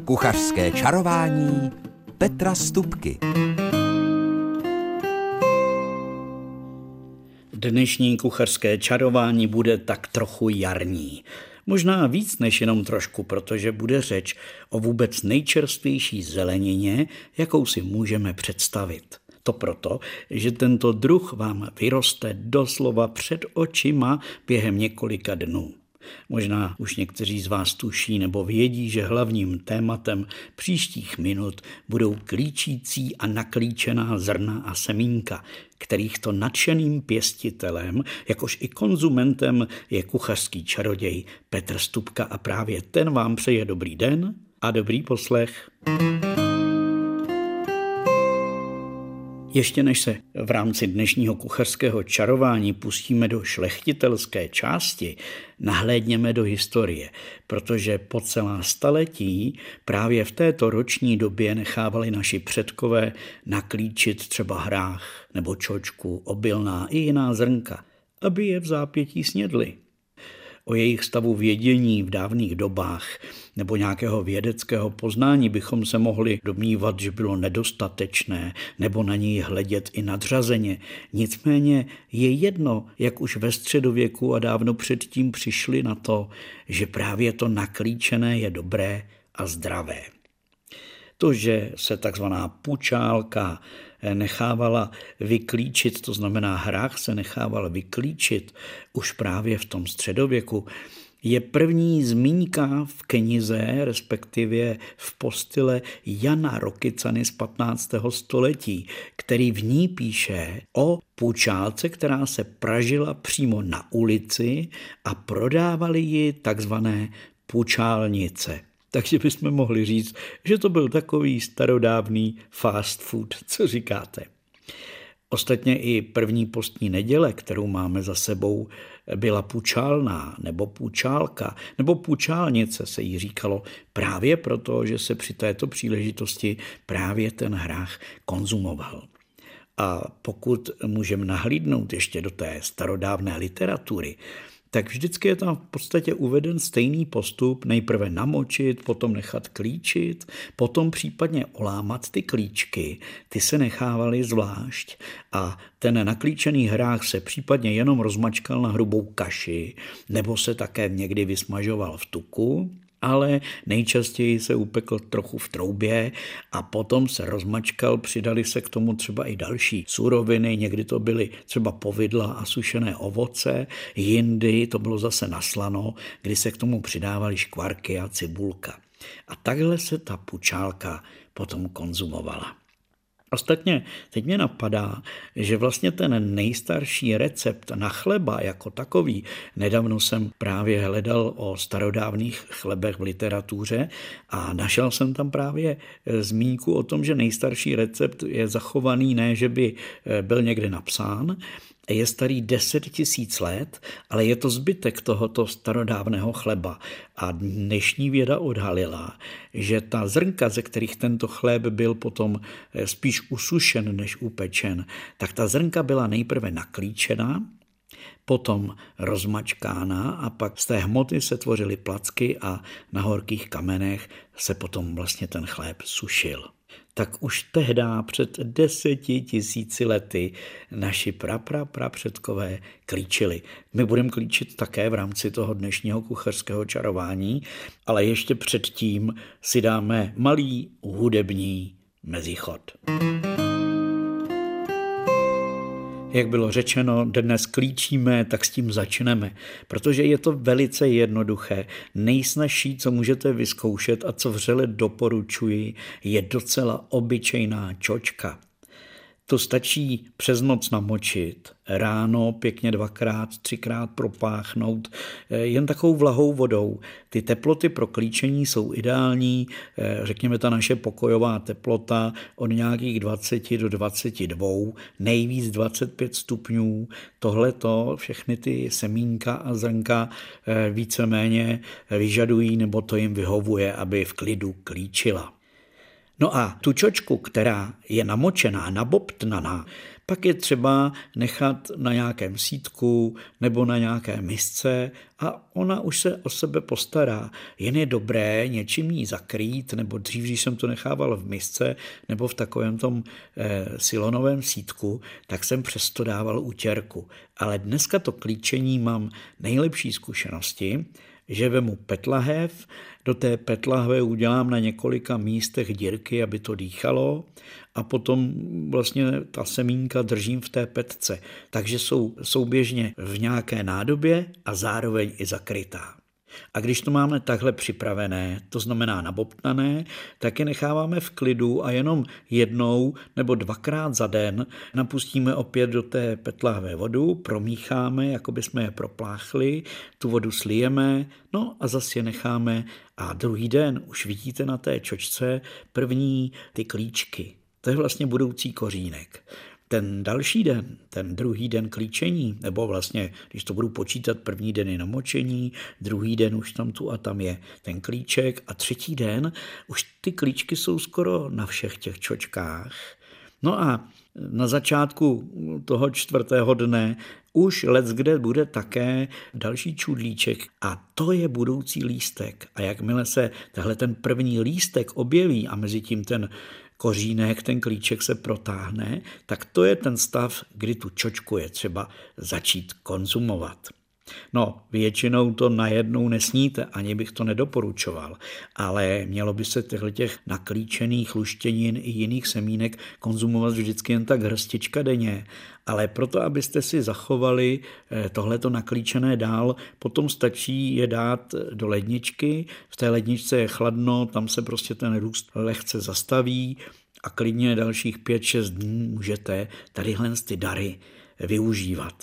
Kuchařské čarování Petra Stupky. Dnešní kuchařské čarování bude tak trochu jarní. Možná víc než jenom trošku, protože bude řeč o vůbec nejčerstvější zelenině, jakou si můžeme představit. To proto, že tento druh vám vyroste doslova před očima během několika dnů. Možná už někteří z vás tuší nebo vědí, že hlavním tématem příštích minut budou klíčící a naklíčená zrna a semínka, kterých to nadšeným pěstitelem, jakož i konzumentem je kuchařský čaroděj Petr Stupka a právě ten vám přeje dobrý den a dobrý poslech. Ještě než se v rámci dnešního kuchařského čarování pustíme do šlechtitelské části, nahlédněme do historie, protože po celá staletí právě v této roční době nechávali naši předkové naklíčit třeba hrách nebo čočku, obilná i jiná zrnka, aby je v zápětí snědli. O jejich stavu vědění v dávných dobách nebo nějakého vědeckého poznání bychom se mohli domnívat, že bylo nedostatečné nebo na něj hledět i nadřazeně. Nicméně je jedno, jak už ve středověku a dávno předtím přišli na to, že právě to naklíčené je dobré a zdravé. To, že se takzvaná pučálka nechávala vyklíčit, to znamená hrách se nechával vyklíčit už právě v tom středověku, je první zmínka v knize, respektive v postyle Jana Rokycany z 15. století, který v ní píše o pučálce, která se pražila přímo na ulici a prodávali ji takzvané pučálnice. Takže bychom mohli říct, že to byl takový starodávný fast food, co říkáte. Ostatně i první postní neděle, kterou máme za sebou, byla pučálná nebo pučálka nebo pučálnice se jí říkalo právě proto, že se při této příležitosti právě ten hrách konzumoval. A pokud můžeme nahlídnout ještě do té starodávné literatury, tak vždycky je tam v podstatě uveden stejný postup, nejprve namočit, potom nechat klíčit, potom případně olámat ty klíčky, ty se nechávaly zvlášť a ten naklíčený hrách se případně jenom rozmačkal na hrubou kaši, nebo se také někdy vysmažoval v tuku, ale nejčastěji se upekl trochu v troubě a potom se rozmačkal, přidali se k tomu třeba i další suroviny, někdy to byly třeba povidla a sušené ovoce, jindy to bylo zase naslano, kdy se k tomu přidávaly škvarky a cibulka. A takhle se ta pučálka potom konzumovala. Ostatně teď mě napadá, že vlastně ten nejstarší recept na chleba jako takový, nedávno jsem právě hledal o starodávných chlebech v literatuře a našel jsem tam právě zmínku o tom, že nejstarší recept je zachovaný, ne že by byl někde napsán, je starý 10 000 let, ale je to zbytek tohoto starodávného chleba. A dnešní věda odhalila, že ta zrnka, ze kterých tento chléb byl potom spíš usušen než upečen, tak ta zrnka byla nejprve naklíčena, potom rozmačkána a pak z té hmoty se tvořily placky a na horkých kamenech se potom vlastně ten chléb sušil. Tak už tehdy před 10 000 lety naši prapředkové klíčili. My budeme klíčit také v rámci toho dnešního kuchařského čarování, ale ještě předtím si dáme malý hudební mezichod. Jak bylo řečeno, dnes klíčíme, tak s tím začneme, protože je to velice jednoduché. Nejsnažší, co můžete vyzkoušet a co vřele doporučuji, je docela obyčejná čočka. To stačí přes noc namočit, ráno pěkně 2x, 3x propáchnout jen takovou vlahou vodou. Ty teploty pro klíčení jsou ideální, řekněme ta naše pokojová teplota od nějakých 20 do 22, nejvíc 25 stupňů. Tohleto všechny ty semínka a zrnka víceméně vyžadují nebo to jim vyhovuje, aby v klidu klíčila. No a tu čočku, která je namočená, nabobtnaná, Pak je třeba nechat na nějakém sítku nebo na nějaké misce a ona už se o sebe postará. Jen je dobré něčím jí zakrýt, nebo dřív, když jsem to nechával v misce nebo v takovém tom silonovém sítku, tak jsem přesto dával utěrku. Ale dneska to klíčení mám nejlepší zkušenosti, že vemu petlahev, do té petlahve udělám na několika místech dírky, aby to dýchalo a potom vlastně ta semínka držím v té petce. Takže jsou souběžně v nějaké nádobě a zároveň i zakrytá. A když to máme takhle připravené, to znamená nabobtnané, tak je necháváme v klidu a jenom jednou nebo dvakrát za den napustíme opět do té petlahve vodu, promícháme, jako by jsme je propláchli, tu vodu slijeme, no a zase je necháme a druhý den už vidíte na té čočce první ty klíčky. To je vlastně budoucí kořínek. Ten další den, ten druhý den klíčení, nebo vlastně, když to budu počítat, první den je namočení, druhý den už tam tu a tam je ten klíček a třetí den už ty klíčky jsou skoro na všech těch čočkách. No a na začátku toho 4. dne už leckde bude také další čudlíček a to je budoucí lístek. A jakmile se tahle ten první lístek objeví a mezi tím ten kořínek, ten klíček se protáhne, tak to je ten stav, kdy tu čočku je třeba začít konzumovat. No, většinou to najednou nesníte, ani bych to nedoporučoval, ale mělo by se těch naklíčených luštěnin i jiných semínek konzumovat vždycky jen tak hrstička denně. Ale proto, abyste si zachovali tohleto naklíčené dál, potom stačí je dát do ledničky, v té ledničce je chladno, tam se prostě ten růst lehce zastaví a klidně dalších 5-6 dní můžete tadyhle ty dary využívat.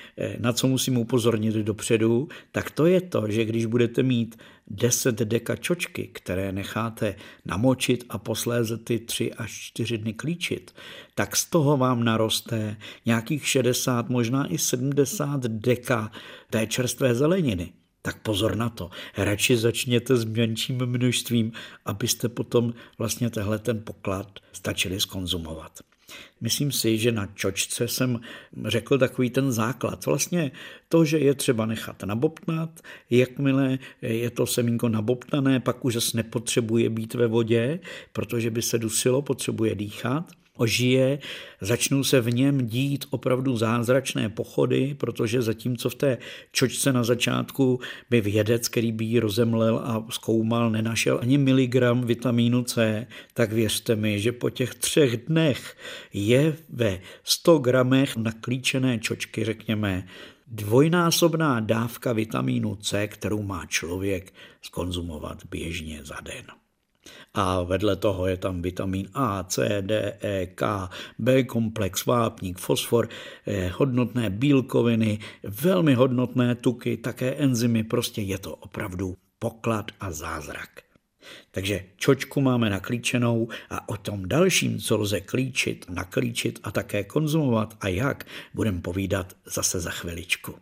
Na co musím upozornit dopředu, tak to je to, že když budete mít 10 deka čočky, které necháte namočit a posléze ty 3 až 4 dny klíčit, tak z toho vám naroste nějakých 60, možná i 70 deka té čerstvé zeleniny. Tak pozor na to. Radši začněte s menším množstvím, abyste potom vlastně tehle ten poklad stačili zkonzumovat. Myslím si, že na čočce jsem řekl takový ten základ. Vlastně to, že je třeba nechat nabobtnat, jakmile je to semínko nabobtnané, pak už zase nepotřebuje být ve vodě, protože by se dusilo, potřebuje dýchat. Ožije, začnou se v něm dít opravdu zázračné pochody, protože zatímco v té čočce na začátku by vědec, který by ji rozemlel a zkoumal, nenašel ani miligram vitamínu C, tak věřte mi, že po těch 3 dnech je ve 100 gramech naklíčené čočky, řekněme, dvojnásobná dávka vitamínu C, kterou má člověk zkonzumovat běžně za den. A vedle toho je tam vitamin A, C, D, E, K, B komplex, vápník, fosfor, hodnotné bílkoviny, velmi hodnotné tuky, také enzymy, prostě je to opravdu poklad a zázrak. Takže čočku máme naklíčenou a o tom dalším, co lze klíčit, naklíčit a také konzumovat a jak, budeme povídat zase za chviličku.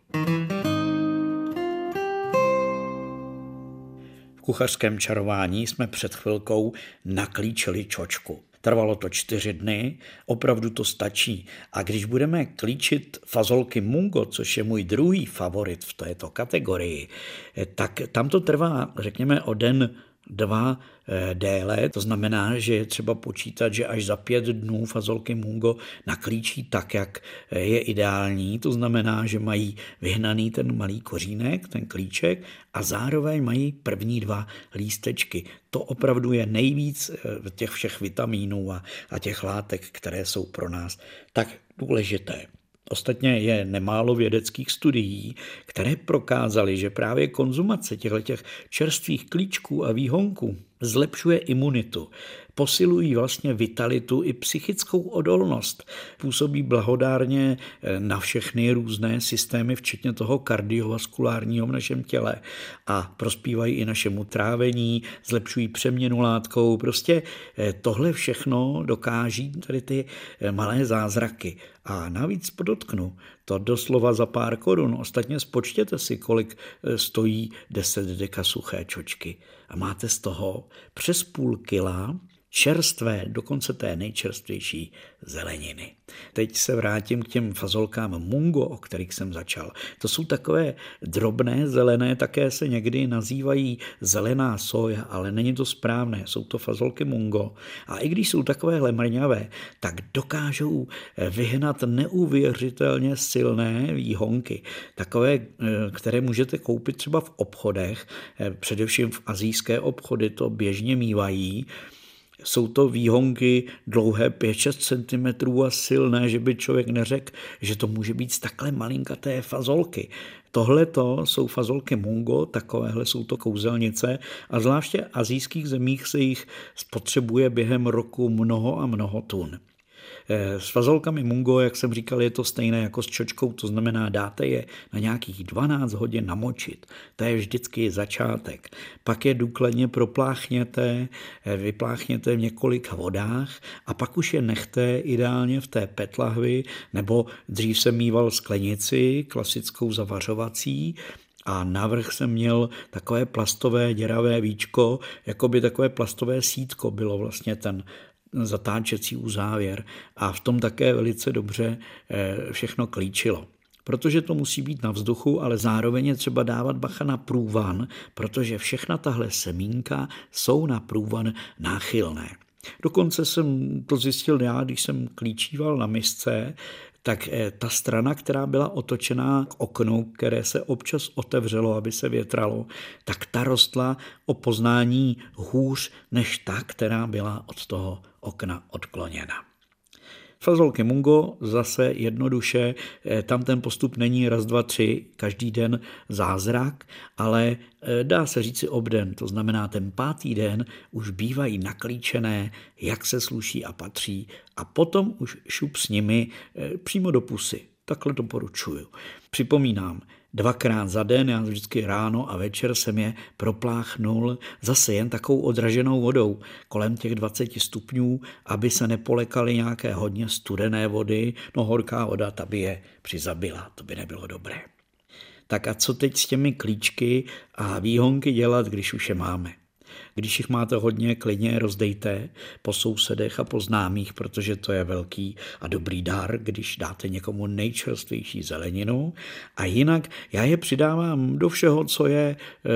V kuchařském čarování jsme před chvilkou naklíčili čočku. Trvalo to 4 dny, opravdu to stačí. A když budeme klíčit fazolky mungo, což je můj druhý favorit v této kategorii, tak tam to trvá, řekněme, o den, 2 déle, to znamená, že je třeba počítat, že až za 5 dnů fazolky mungo naklíčí tak, jak je ideální, to znamená, že mají vyhnaný ten malý kořínek, ten klíček a zároveň mají první 2 lístečky. To opravdu je nejvíc těch všech vitamínů a těch látek, které jsou pro nás tak důležité. Ostatně je nemálo vědeckých studií, které prokázaly, že právě konzumace těchto čerstvých klíčků a výhonků zlepšuje imunitu, posilují vlastně vitalitu i psychickou odolnost, působí blahodárně na všechny různé systémy, včetně toho kardiovaskulárního v našem těle a prospívají i našemu trávení, zlepšují přeměnu látkou. Prostě tohle všechno dokáží tady ty malé zázraky. A navíc podotknu, to doslova za pár korun. Ostatně spočtěte si, kolik stojí 10 deka suché čočky. A máte z toho přes půl kila čerstvé, dokonce té nejčerstvější zeleniny. Teď se vrátím k těm fazolkám mungo, o kterých jsem začal. To jsou takové drobné zelené, také se někdy nazývají zelená soja, ale není to správné, jsou to fazolky mungo. A i když jsou takovéhle mrňavé, tak dokážou vyhnat neuvěřitelně silné výhonky. Takové, které můžete koupit třeba v obchodech, především v asijské obchody to běžně mívají. Jsou to výhonky dlouhé 5-6 cm a silné, že by člověk neřekl, že to může být z takhle malinkaté fazolky. Tohleto jsou fazolky mungo, takovéhle jsou to kouzelnice a zvláště v asijských zemích se jich spotřebuje během roku mnoho a mnoho tun. S fazolkami mungo, jak jsem říkal, je to stejné jako s čočkou, to znamená dáte je na nějakých 12 hodin namočit. To je vždycky začátek. Pak je důkladně propláchněte, vypláchněte v několika vodách a pak už je nechte ideálně v té PET lahvi, nebo dřív jsem mýval sklenici, klasickou zavařovací, a navrch jsem měl takové plastové děravé víčko, jako by takové plastové sítko bylo vlastně ten zatáčecí uzávěr a v tom také velice dobře všechno klíčilo. Protože to musí být na vzduchu, ale zároveň je třeba dávat bacha na průvan, protože všechna tahle semínka jsou na průvan náchylné. Dokonce jsem to zjistil já, když jsem klíčíval na misce, tak ta strana, která byla otočená k oknu, které se občas otevřelo, aby se větralo, tak ta rostla o poznání hůř než ta, která byla od toho okna odkloněna. Fazolky mungo zase jednoduše, tam ten postup není raz, dva, tři, každý den zázrak, ale dá se říci obden, to znamená ten 5. den už bývají naklíčené, jak se sluší a patří a potom už šup s nimi přímo do pusy. Takhle doporučuju. Připomínám, 2krát za den, já vždycky ráno a večer jsem je propláchnul zase jen takovou odraženou vodou kolem těch 20 stupňů, aby se nepolekaly nějaké hodně studené vody, no horká voda, ta by je přizabila, to by nebylo dobré. Tak a co teď s těmi klíčky a výhonky dělat, když už je máme? Když jich máte hodně, klidně rozdejte po sousedech a po známých, protože to je velký a dobrý dar, když dáte někomu nejčerstvější zeleninu. A jinak já je přidávám do všeho, co je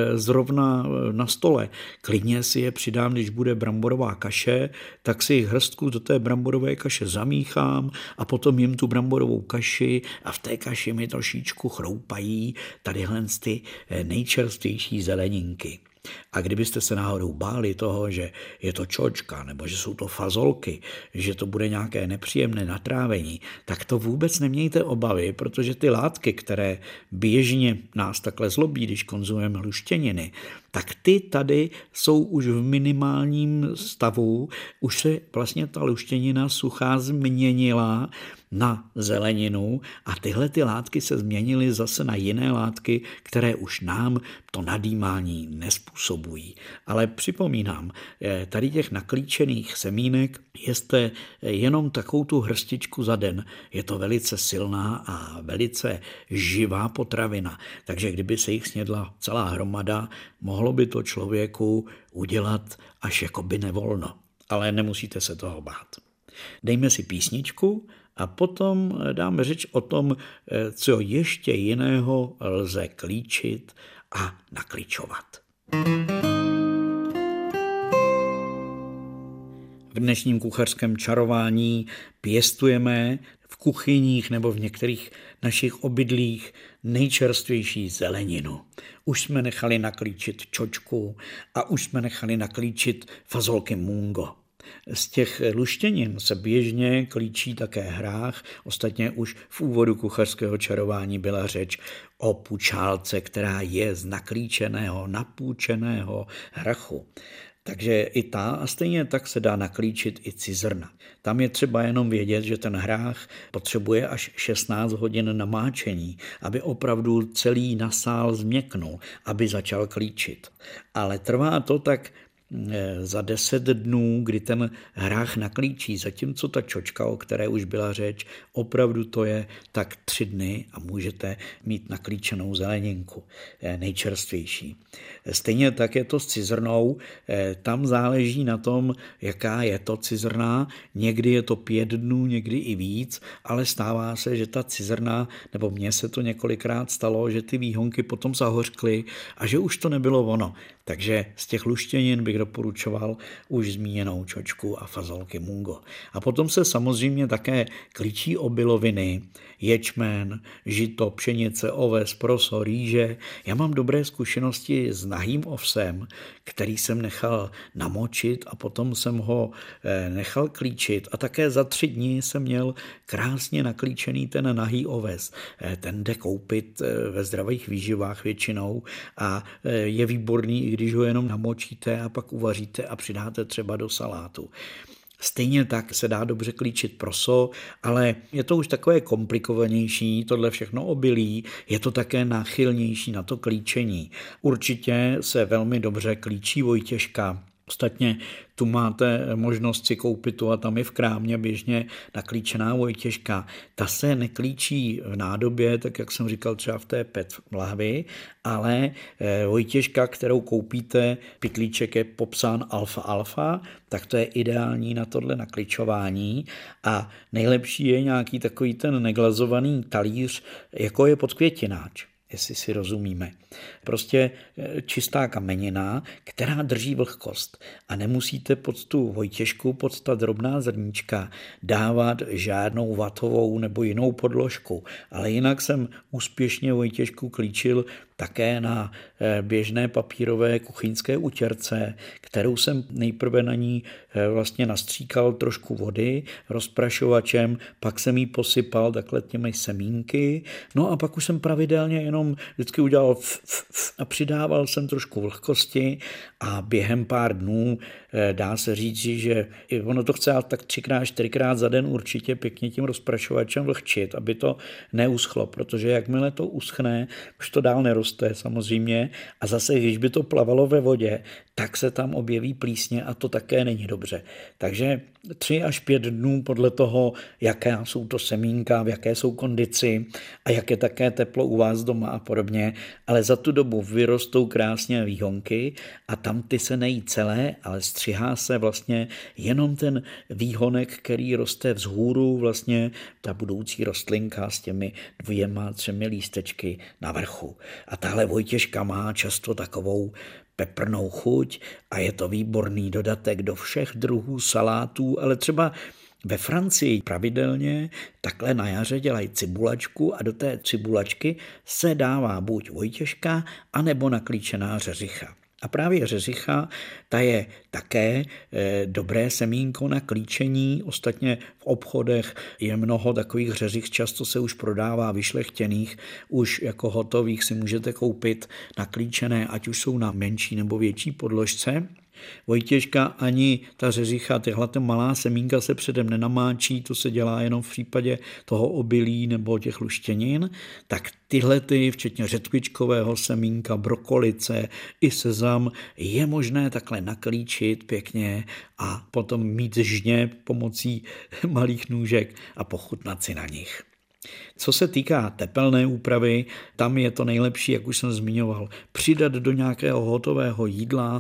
zrovna na stole. Klidně si je přidám, když bude bramborová kaše, tak si jich hrstku do té bramborové kaše zamíchám a potom jim tu bramborovou kaši a v té kaši mi trošičku chroupají tadyhle ty nejčerstvější zeleninky. A kdybyste se náhodou báli toho, že je to čočka nebo že jsou to fazolky, že to bude nějaké nepříjemné natrávení, tak to vůbec nemějte obavy, protože ty látky, které běžně nás takhle zlobí, když konzumujeme luštěniny, tak ty tady jsou už v minimálním stavu, už se vlastně ta luštěnina suchá změnila na zeleninu a tyhle ty látky se změnily zase na jiné látky, které už nám to nadýmání nezpůsobují. Ale připomínám, tady těch naklíčených semínek jeste jenom takovou tu hrstičku za den. Je to velice silná a velice živá potravina, takže kdyby se jich snědla celá hromada, mohlo by to člověku udělat až jakoby nevolno. Ale nemusíte se toho bát. Dejme si písničku a potom dáme řeč o tom, co ještě jiného lze klíčit a naklíčovat. V dnešním kuchařském čarování pěstujeme v kuchyních nebo v některých našich obydlích nejčerstvější zeleninu. Už jsme nechali naklíčit čočku a už jsme nechali naklíčit fazolky mungo. Z těch luštěnin se běžně klíčí také hrách, ostatně už v úvodu kuchařského čarování byla řeč o pučálce, která je z naklíčeného, napůčeného hrachu. Takže i ta a stejně tak se dá naklíčit i cizrna. Tam je třeba jenom vědět, že ten hrách potřebuje až 16 hodin namáčení, aby opravdu celý nasál změknul, aby začal klíčit. Ale trvá to tak za 10 dnů, kdy ten hrách naklíčí, zatímco ta čočka, o které už byla řeč, opravdu to je tak 3 dny a můžete mít naklíčenou zeleninku, nejčerstvější. Stejně tak je to s cizrnou, tam záleží na tom, jaká je to cizrna, někdy je to 5 dnů, někdy i víc, ale stává se, že ta cizrna, nebo mně se to několikrát stalo, že ty výhonky potom zahořkly a že už to nebylo ono. Takže z těch luštěnin bych doporučoval už zmíněnou čočku a fazolky mungo. A potom se samozřejmě také klíčí obiloviny, ječmen, žito, pšenice, oves, proso, rýže. Já mám dobré zkušenosti s nahým ovsem, který jsem nechal namočit a potom jsem ho nechal klíčit a také za 3 dny jsem měl krásně naklíčený ten nahý oves. Ten jde koupit ve zdravých výživách většinou a je výborný, i když ho jenom namočíte a pak uvaříte a přidáte třeba do salátu. Stejně tak se dá dobře klíčit proso, ale je to už takové komplikovanější, tohle všechno obilí, je to také náchylnější na to klíčení. Určitě se velmi dobře klíčí vojtěžka. Ostatně tu máte možnost si koupit tu a tam je v krámě běžně naklíčená vojtěžka. Ta se neklíčí v nádobě, tak jak jsem říkal třeba v té PET lahvi, ale vojtěžka, kterou koupíte, pytlíček je popsán alfa, tak to je ideální na tohle naklíčování a nejlepší je nějaký takový ten neglazovaný talíř, jako je podkvětináč, jestli si rozumíme. Prostě čistá kamenina, která drží vlhkost a nemusíte pod tu vojtěžku, pod ta drobná zrníčka dávat žádnou vatovou nebo jinou podložku, ale jinak jsem úspěšně vojtěžku klíčil také na běžné papírové kuchyňské utěrce, kterou jsem nejprve na ní vlastně nastříkal trošku vody rozprašovačem, pak jsem jí posypal takhle těmi semínky, no a pak už jsem pravidelně jenom vždycky udělal a přidával jsem trošku vlhkosti a během pár dnů dá se říct, že ono to chce tak 3x, 4x za den určitě pěkně tím rozprašovačem vlhčit, aby to neuschlo, protože jakmile to uschne, už to dál neroste samozřejmě a zase, když by to plavalo ve vodě, tak se tam objeví plísně a to také není dobře. Takže 3 až 5 dnů podle toho, jaké jsou to semínka, v jaké jsou kondici a jak je také teplo u vás doma a podobně, ale za tu dobu vyrostou krásně výhonky a tam ty se nejí celé, ale střihá se vlastně jenom ten výhonek, který roste vzhůru, vlastně ta budoucí rostlinka s těmi 2, 3 lístečky na vrchu. A tahle vojtěžka má často takovou peprnou chuť a je to výborný dodatek do všech druhů salátů, ale třeba ve Francii pravidelně takhle na jaře dělají cibulačku a do té cibulačky se dává buď vojtěžka, anebo naklíčená řeřicha. A právě řeřicha, ta je také dobré semínko na klíčení, ostatně v obchodech je mnoho takových řeřich, často se už prodává vyšlechtěných, už jako hotových si můžete koupit naklíčené, ať už jsou na menší nebo větší podložce. Vojtěžka ani ta řeřicha, tyhle malá semínka se předem nenamáčí, to se dělá jenom v případě toho obilí nebo těch luštěnin, tak tyhle, včetně řetkvičkového semínka, brokolice i sezam, je možné takhle naklíčit pěkně a potom mít žně pomocí malých nůžek a pochutnat si na nich. Co se týká tepelné úpravy, tam je to nejlepší, jak už jsem zmiňoval, přidat do nějakého hotového jídla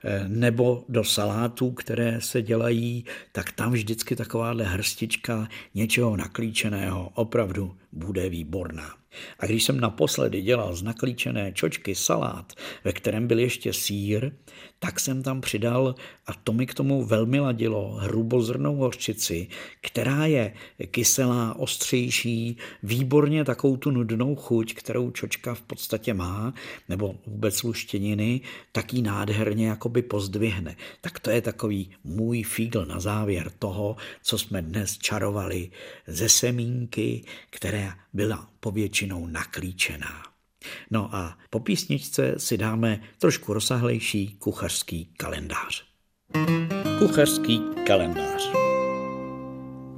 nebo do salátů, které se dělají, tak tam vždycky takováhle hrstička něčeho naklíčeného opravdu bude výborná. A když jsem naposledy dělal z naklíčené čočky salát, ve kterém byl ještě sýr, tak jsem tam přidal, a to mi k tomu velmi ladilo, hrubozrnnou hořčici, která je kyselá, ostřejší, výborně takovou tu nudnou chuť, kterou čočka v podstatě má, nebo vůbec luštěniny, tak ji nádherně jakoby pozdvihne. Tak to je takový můj fígl na závěr toho, co jsme dnes čarovali ze semínky, která byla povětšinou naklíčená. No a po písničce si dáme trošku rozsáhlejší kuchařský kalendář. Kuchařský kalendář.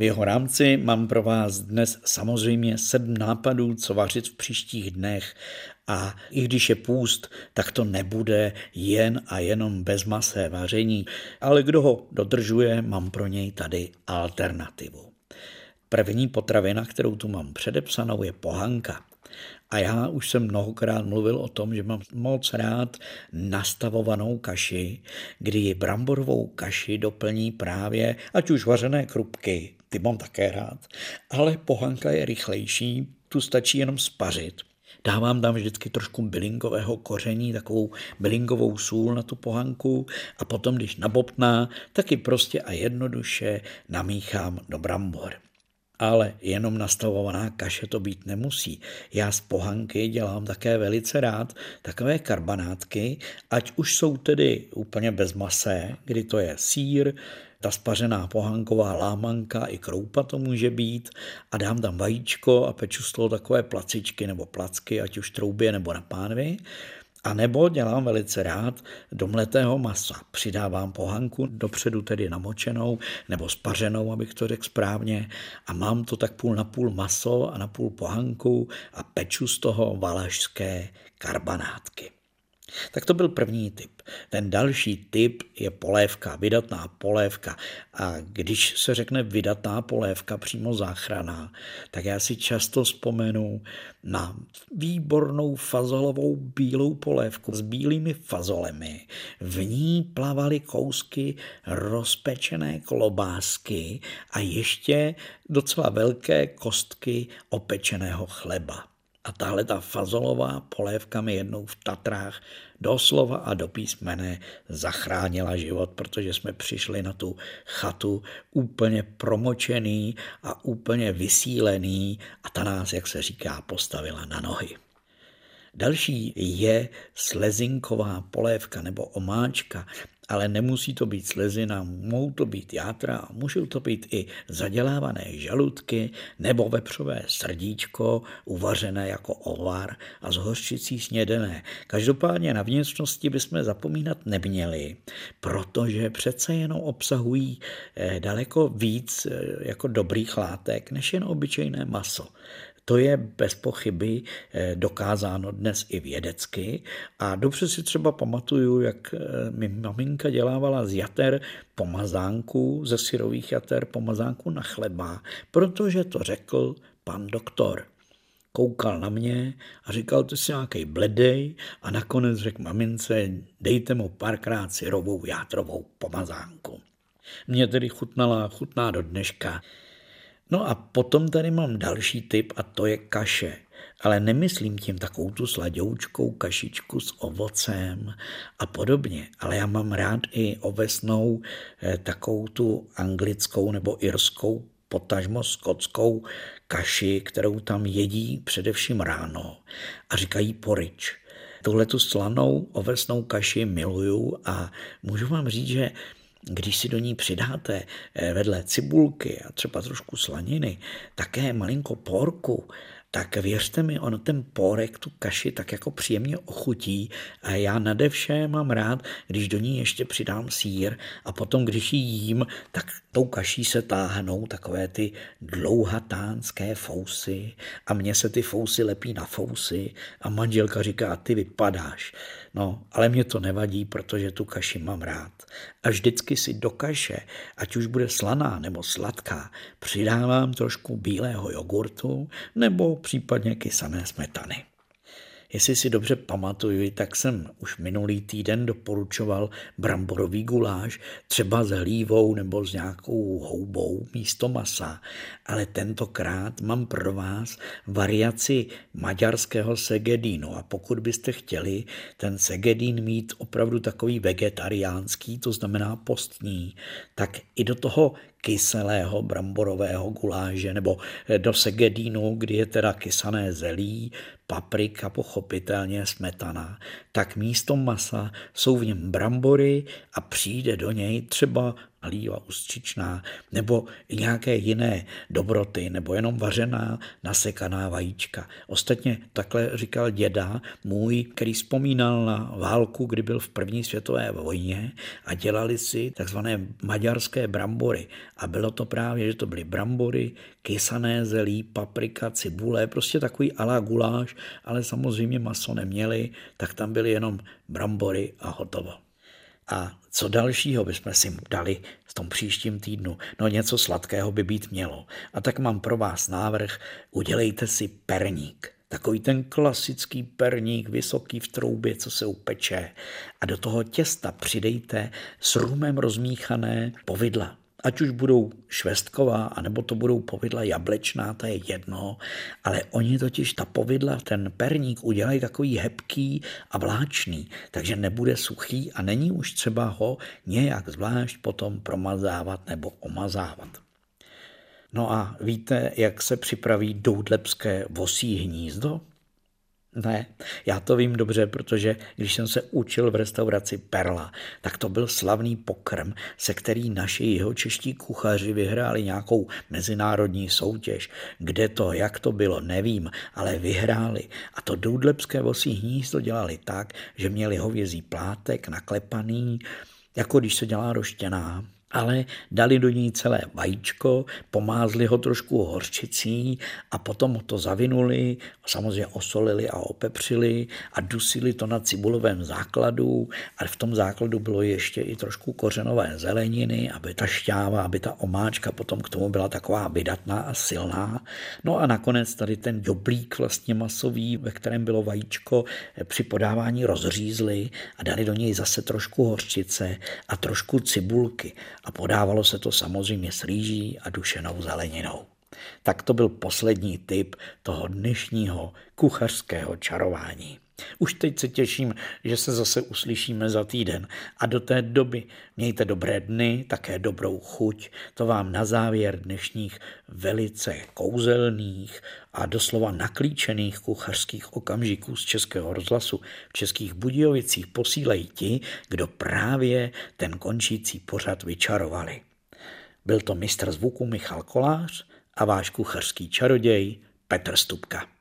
V jeho rámci mám pro vás dnes samozřejmě 7 nápadů, co vařit v příštích dnech, a i když je půst, tak to nebude jen a jenom bezmasé vaření, ale kdo ho dodržuje, mám pro něj tady alternativu. První potravina, kterou tu mám předepsanou, je pohanka. A já už jsem mnohokrát mluvil o tom, že mám moc rád nastavovanou kaši, kdy bramborovou kaši doplní právě, ať už vařené krupky, ty mám také rád, ale pohanka je rychlejší, tu stačí jenom spařit. Dávám tam vždycky trošku bylinkového koření, takovou bylinkovou sůl na tu pohanku a potom, když nabobtná, tak ji prostě a jednoduše namíchám do brambor. Ale jenom nastavovaná kaše to být nemusí. Já z pohanky dělám také velice rád takové karbanátky, ať už jsou tedy úplně bezmasé, kdy to je sýr, ta spařená pohanková lámanka, i kroupa to může být, a dám tam vajíčko a peču z toho takové placičky nebo placky, ať už troubě nebo na pánvi. A nebo dělám velice rád do mletého masa. Přidávám pohanku dopředu tedy namočenou nebo spařenou, abych to řekl správně, a mám to tak půl na půl maso a na půl pohanku a peču z toho valašské karbanátky. Tak to byl první tip. Ten další tip je polévka, vydatná polévka. A když se řekne vydatná polévka, přímo záchranná, tak já si často vzpomenu na výbornou fazolovou bílou polévku s bílými fazolemi. V ní plavaly kousky rozpečené klobásky a ještě docela velké kostky opečeného chleba. A tahle ta fazolová polévka mi jednou v Tatrách doslova a do písmene zachránila život, protože jsme přišli na tu chatu úplně promočený a úplně vysílený a ta nás, jak se říká, postavila na nohy. Další je slezinková polévka nebo omáčka, ale nemusí to být slezina, mohou to být játra, můžou to být i zadělávané žaludky nebo vepřové srdíčko, uvařené jako ovar a s hořčicí snědené. Každopádně na vnitřnosti bychom zapomínat neměli, protože přece jenom obsahují daleko víc jako dobrých látek, než jen obyčejné maso. To je bez pochyby dokázáno dnes i vědecky a dobře si třeba pamatuju, jak mi maminka dělávala z jater pomazánku, ze syrových jater pomazánku na chleba, protože to řekl pan doktor. Koukal na mě a říkal, ty jsi nějaký bledej, a nakonec řekl mamince, dejte mu párkrát syrovou játrovou pomazánku. Mně tedy chutná do dneška. No a potom tady mám další tip a to je kaše. Ale nemyslím tím takovou tu sladoučkou kašičku s ovocem a podobně. Ale já mám rád i ovesnou takovou tu anglickou nebo irskou, potažmo skotskou kaši, kterou tam jedí především ráno a říkají porridge. Tuhletu slanou ovesnou kaši miluju a můžu vám říct, že když si do ní přidáte vedle cibulky a třeba trošku slaniny, také malinko porku, tak věřte mi, ono ten pórek tu kaši tak jako příjemně ochutí a já nade vše mám rád, když do ní ještě přidám sýr a potom, když ji jím, tak tou kaší se táhnou takové ty dlouhatánské fousy a mně se ty fousy lepí na fousy a manželka říká, ty vypadáš. No, ale mě to nevadí, protože tu kaši mám rád. A vždycky si do kaše, ať už bude slaná nebo sladká, přidávám trošku bílého jogurtu nebo případně kysané smetany. Jestli si dobře pamatuju, tak jsem už minulý týden doporučoval bramborový guláš, třeba s hlívou nebo s nějakou houbou místo masa, ale tentokrát mám pro vás variaci maďarského segedínu a pokud byste chtěli ten segedín mít opravdu takový vegetariánský, to znamená postní, tak i do toho kyselého bramborového guláže nebo do segedínu, kdy je teda kysané zelí, paprika, pochopitelně smetana, tak místo masa jsou v něm brambory a přijde do něj třeba líva ustřičná, nebo i nějaké jiné dobroty, nebo jenom vařená nasekaná vajíčka. Ostatně takhle říkal děda můj, který vzpomínal na válku, kdy byl v první světové vojně a dělali si takzvané maďarské brambory. A bylo to právě, že to byly brambory, kysané zelí, paprika, cibule, prostě takový à la guláš, ale samozřejmě maso neměli, tak tam byly jenom brambory a hotovo. A co dalšího bychom si dali v tom příštím týdnu? No něco sladkého by být mělo. A tak mám pro vás návrh, udělejte si perník. Takový ten klasický perník, vysoký v troubě, co se upeče. A do toho těsta přidejte s rumem rozmíchané povidla. Ať už budou švestková, anebo to budou povidla jablečná, to je jedno, ale oni totiž ta povidla, ten perník udělají takový hebký a vláčný, takže nebude suchý a není už třeba ho nějak zvlášť potom promazávat nebo omazávat. No a víte, jak se připraví doudlebské vosí hnízdo? Ne, já to vím dobře, protože když jsem se učil v restauraci Perla, tak to byl slavný pokrm, se který naši jihočeští kuchaři vyhráli nějakou mezinárodní soutěž. Kde to, jak to bylo, nevím, ale vyhráli. A to doudlebské vosí hnízdo dělali tak, že měli hovězí plátek naklepaný, jako když se dělá roštěná, ale dali do ní celé vajíčko, pomázli ho trošku hořčicí a potom to zavinuli, samozřejmě osolili a opepřili a dusili to na cibulovém základu a v tom základu bylo ještě i trošku kořenové zeleniny, aby ta šťáva, aby ta omáčka potom k tomu byla taková vydatná a silná. No a nakonec tady ten ďoblík vlastně masový, ve kterém bylo vajíčko, při podávání rozřízli a dali do něj zase trošku hořčice a trošku cibulky. A podávalo se to samozřejmě s rýží a dušenou zeleninou. Tak to byl poslední tip toho dnešního kuchařského čarování. Už teď se těším, že se zase uslyšíme za týden a do té doby mějte dobré dny, také dobrou chuť. To vám na závěr dnešních velice kouzelných a doslova naklíčených kuchařských okamžiků z Českého rozhlasu v Českých Budějovicích posílají ti, kdo právě ten končící pořad vyčarovali. Byl to mistr zvuku Michal Kolář a váš kuchařský čaroděj Petr Stupka.